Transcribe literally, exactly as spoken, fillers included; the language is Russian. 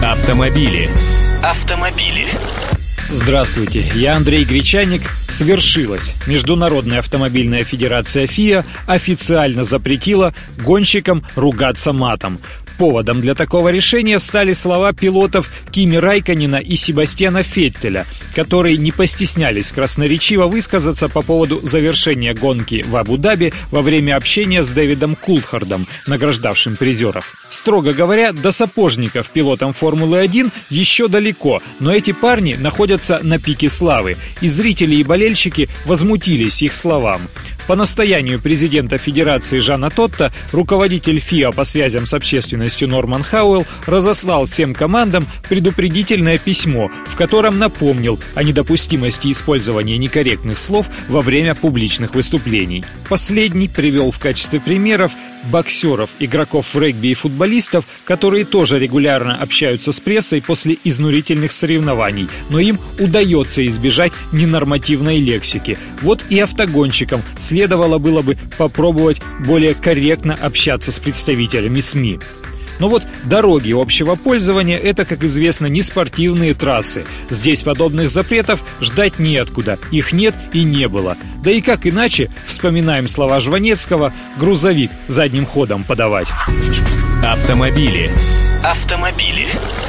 Автомобили. Автомобили. Здравствуйте, я Андрей Гречаник. Свершилось. Международная автомобильная федерация ФИА официально запретила гонщикам ругаться матом. Поводом для такого решения стали слова пилотов Кими Райконена и Себастьяна Феттеля, которые не постеснялись красноречиво высказаться по поводу завершения гонки в Абу-Даби во время общения с Дэвидом Култхардом, награждавшим призеров. Строго говоря, до сапожников пилотам Формулы один еще далеко, но эти парни находятся на пике славы, и зрители и болельщики возмутились их словам. По настоянию президента Федерации Жана Тотта, руководитель ФИА по связям с общественностью Норман Хауэлл разослал всем командам предупредительное письмо, в котором напомнил о недопустимости использования некорректных слов во время публичных выступлений. Последний привел в качестве примеров боксеров, игроков регби и футболистов, которые тоже регулярно общаются с прессой после изнурительных соревнований, но им удается избежать ненормативной лексики. Вот и автогонщикам следовало было бы попробовать более корректно общаться с представителями СМИ. Но вот дороги общего пользования – это, как известно, не спортивные трассы. Здесь подобных запретов ждать неоткуда, их нет и не было. Да и как иначе, вспоминаем слова Жванецкого, грузовик задним ходом подавать. Автомобили. Автомобили.